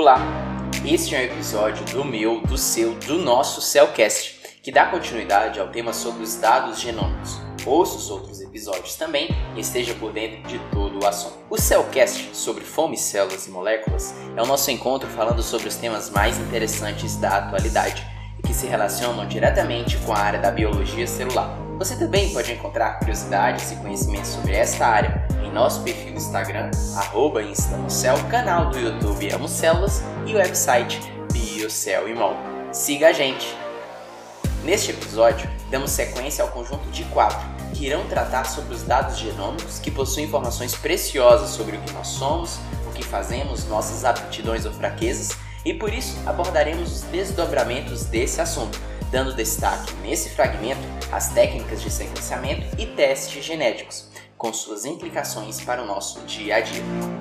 Olá, este é um episódio do seu, do nosso Cellcast, que dá continuidade ao tema sobre os dados genômicos. Ouça os outros episódios também e esteja por dentro de todo o assunto. O Cellcast, sobre fome, células e moléculas, é o nosso encontro falando sobre os temas mais interessantes da atualidade e que se relacionam diretamente com a área da biologia celular. Você também pode encontrar curiosidades e conhecimentos sobre esta área em nosso perfil no Instagram, @instamocel, canal do YouTube Amo Células e o website BioCellImol. Siga a gente! Neste episódio, damos sequência ao conjunto de 4, que irão tratar sobre os dados genômicos que possuem informações preciosas sobre o que nós somos, o que fazemos, nossas aptidões ou fraquezas, e por isso abordaremos os desdobramentos desse assunto, dando destaque nesse fragmento às técnicas de sequenciamento e testes genéticos, com suas implicações para o nosso dia a dia.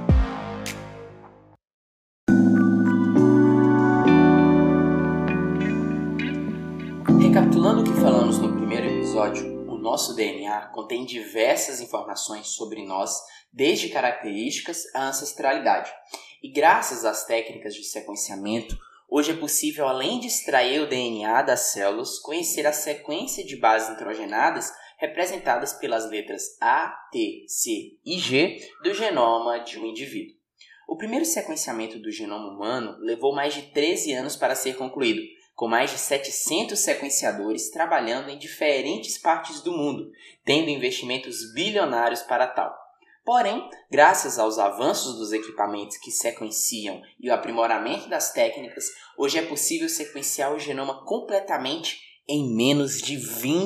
Recapitulando o que falamos no primeiro episódio, o nosso DNA contém diversas informações sobre nós, desde características à ancestralidade. E graças às técnicas de sequenciamento, hoje é possível, além de extrair o DNA das células, conhecer a sequência de bases nitrogenadas representadas pelas letras A, T, C e G do genoma de um indivíduo. O primeiro sequenciamento do genoma humano levou mais de 13 anos para ser concluído, com mais de 700 sequenciadores trabalhando em diferentes partes do mundo, tendo investimentos bilionários para tal. Porém, graças aos avanços dos equipamentos que sequenciam e o aprimoramento das técnicas, hoje é possível sequenciar o genoma completamente em menos de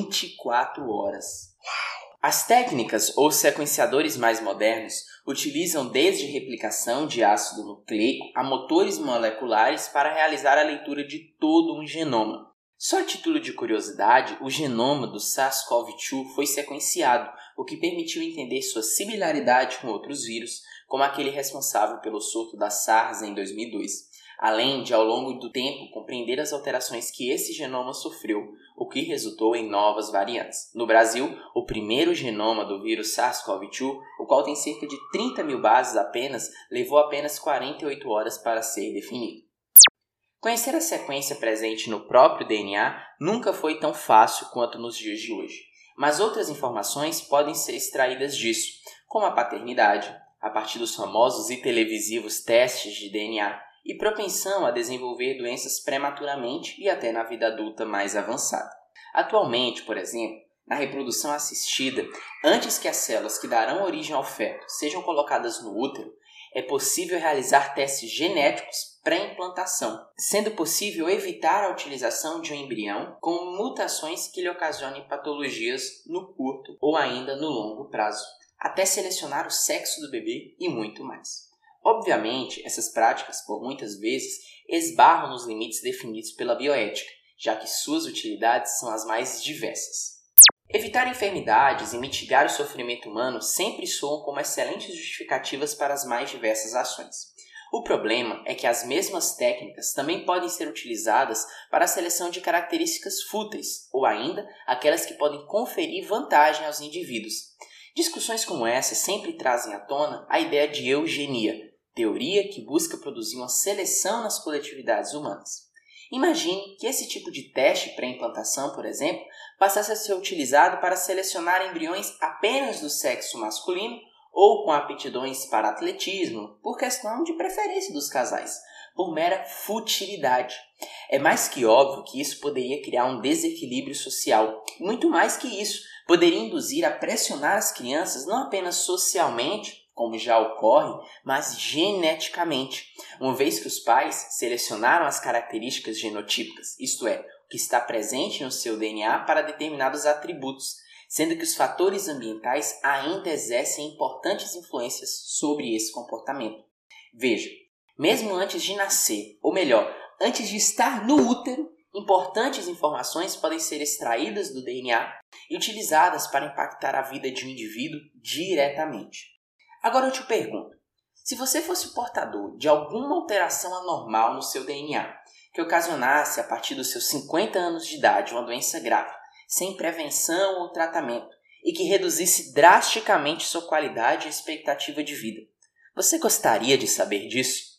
24 horas. As técnicas ou sequenciadores mais modernos utilizam desde replicação de ácido nucleico a motores moleculares para realizar a leitura de todo um genoma. Só a título de curiosidade, o genoma do SARS-CoV-2 foi sequenciado, o que permitiu entender sua similaridade com outros vírus, como aquele responsável pelo surto da SARS em 2002. Além de, ao longo do tempo, compreender as alterações que esse genoma sofreu, o que resultou em novas variantes. No Brasil, o primeiro genoma do vírus SARS-CoV-2, o qual tem cerca de 30 mil bases apenas, levou apenas 48 horas para ser definido. Conhecer a sequência presente no próprio DNA nunca foi tão fácil quanto nos dias de hoje, mas outras informações podem ser extraídas disso, como a paternidade, a partir dos famosos e televisivos testes de DNA, e propensão a desenvolver doenças prematuramente e até na vida adulta mais avançada. Atualmente, por exemplo, na reprodução assistida, antes que as células que darão origem ao feto sejam colocadas no útero, é possível realizar testes genéticos pré-implantação, sendo possível evitar a utilização de um embrião com mutações que lhe ocasionem patologias no curto ou ainda no longo prazo, até selecionar o sexo do bebê e muito mais. Obviamente, essas práticas, por muitas vezes, esbarram nos limites definidos pela bioética, já que suas utilidades são as mais diversas. Evitar enfermidades e mitigar o sofrimento humano sempre soam como excelentes justificativas para as mais diversas ações. O problema é que as mesmas técnicas também podem ser utilizadas para a seleção de características fúteis, ou ainda aquelas que podem conferir vantagem aos indivíduos. Discussões como essa sempre trazem à tona a ideia de eugenia, teoria que busca produzir uma seleção nas coletividades humanas. Imagine que esse tipo de teste pré-implantação, por exemplo, passasse a ser utilizado para selecionar embriões apenas do sexo masculino ou com aptidões para atletismo, por questão de preferência dos casais, por mera futilidade. É mais que óbvio que isso poderia criar um desequilíbrio social. Muito mais que isso, poderia induzir a pressionar as crianças não apenas socialmente, como já ocorre, mas geneticamente, uma vez que os pais selecionaram as características genotípicas, isto é, o que está presente no seu DNA para determinados atributos, sendo que os fatores ambientais ainda exercem importantes influências sobre esse comportamento. Veja, mesmo antes de nascer, ou melhor, antes de estar no útero, importantes informações podem ser extraídas do DNA e utilizadas para impactar a vida de um indivíduo diretamente. Agora eu te pergunto, se você fosse portador de alguma alteração anormal no seu DNA, que ocasionasse a partir dos seus 50 anos de idade uma doença grave, sem prevenção ou tratamento, e que reduzisse drasticamente sua qualidade e expectativa de vida, você gostaria de saber disso?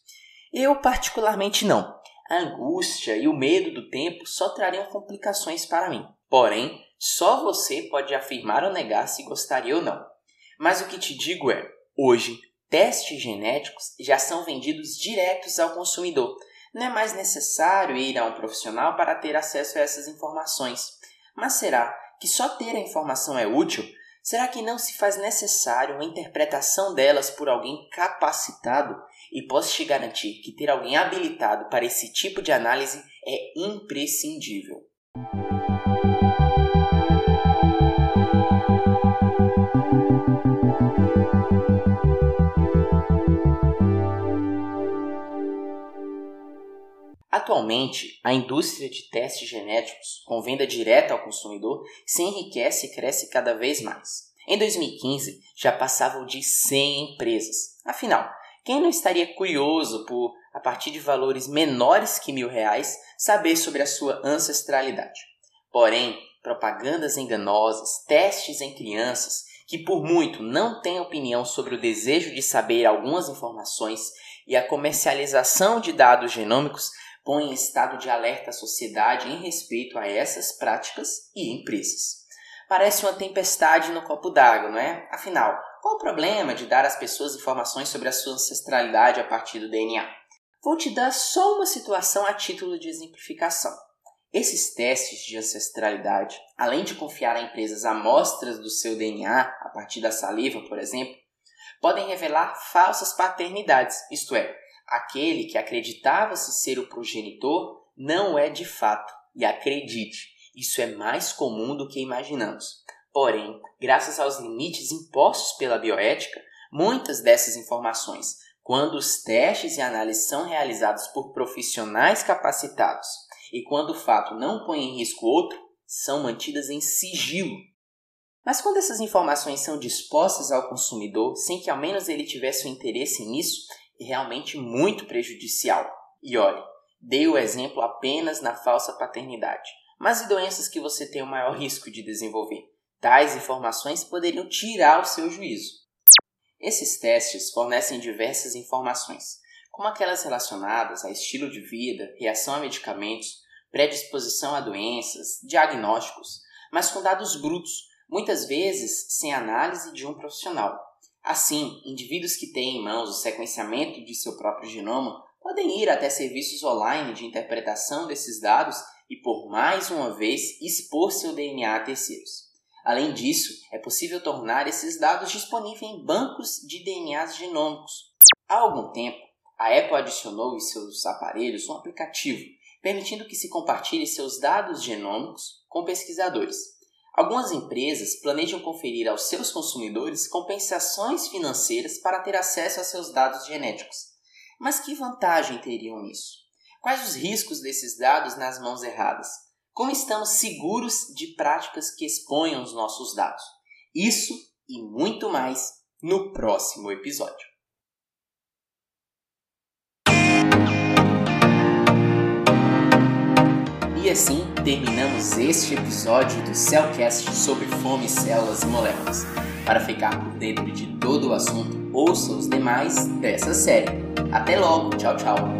Eu particularmente não. A angústia e o medo do tempo só trariam complicações para mim. Porém, só você pode afirmar ou negar se gostaria ou não. Mas o que te digo é, hoje, testes genéticos já são vendidos diretos ao consumidor. Não é mais necessário ir a um profissional para ter acesso a essas informações. Mas será que só ter a informação é útil? Será que não se faz necessário uma interpretação delas por alguém capacitado? E posso te garantir que ter alguém habilitado para esse tipo de análise é imprescindível. Atualmente, a indústria de testes genéticos, com venda direta ao consumidor, se enriquece e cresce cada vez mais. Em 2015, já passavam de 100 empresas. Afinal, quem não estaria curioso por, a partir de valores menores que R$1.000, saber sobre a sua ancestralidade? Porém, propagandas enganosas, testes em crianças, que por muito não têm opinião sobre o desejo de saber algumas informações e a comercialização de dados genômicos põe em estado de alerta a sociedade em respeito a essas práticas e empresas. Parece uma tempestade no copo d'água, não é? Afinal, qual o problema de dar às pessoas informações sobre a sua ancestralidade a partir do DNA? Vou te dar só uma situação a título de exemplificação. Esses testes de ancestralidade, além de confiar a empresas amostras do seu DNA, a partir da saliva, por exemplo, podem revelar falsas paternidades, isto é, aquele que acreditava-se ser o progenitor não é de fato. E acredite, isso é mais comum do que imaginamos. Porém, graças aos limites impostos pela bioética, muitas dessas informações, quando os testes e análises são realizados por profissionais capacitados e quando o fato não põe em risco outro, são mantidas em sigilo. Mas quando essas informações são dispostas ao consumidor, sem que ao menos ele tivesse um interesse nisso, é realmente muito prejudicial. E olhe, dei o exemplo apenas na falsa paternidade. Mas e doenças que você tem o maior risco de desenvolver? Tais informações poderiam tirar o seu juízo. Esses testes fornecem diversas informações, como aquelas relacionadas a estilo de vida, reação a medicamentos, predisposição a doenças, diagnósticos, mas com dados brutos, muitas vezes sem análise de um profissional. Assim, indivíduos que têm em mãos o sequenciamento de seu próprio genoma podem ir até serviços online de interpretação desses dados e, por mais uma vez, expor seu DNA a terceiros. Além disso, é possível tornar esses dados disponíveis em bancos de DNAs genômicos. Há algum tempo, a Apple adicionou em seus aparelhos um aplicativo, permitindo que se compartilhe seus dados genômicos com pesquisadores. Algumas empresas planejam conferir aos seus consumidores compensações financeiras para ter acesso a seus dados genéticos. Mas que vantagem teriam nisso? Quais os riscos desses dados nas mãos erradas? Como estamos seguros de práticas que exponham os nossos dados? Isso e muito mais no próximo episódio. E assim terminamos este episódio do Cellcast sobre fome, células e moléculas. Para ficar por dentro de todo o assunto, ouça os demais dessa série. Até logo, tchau, tchau!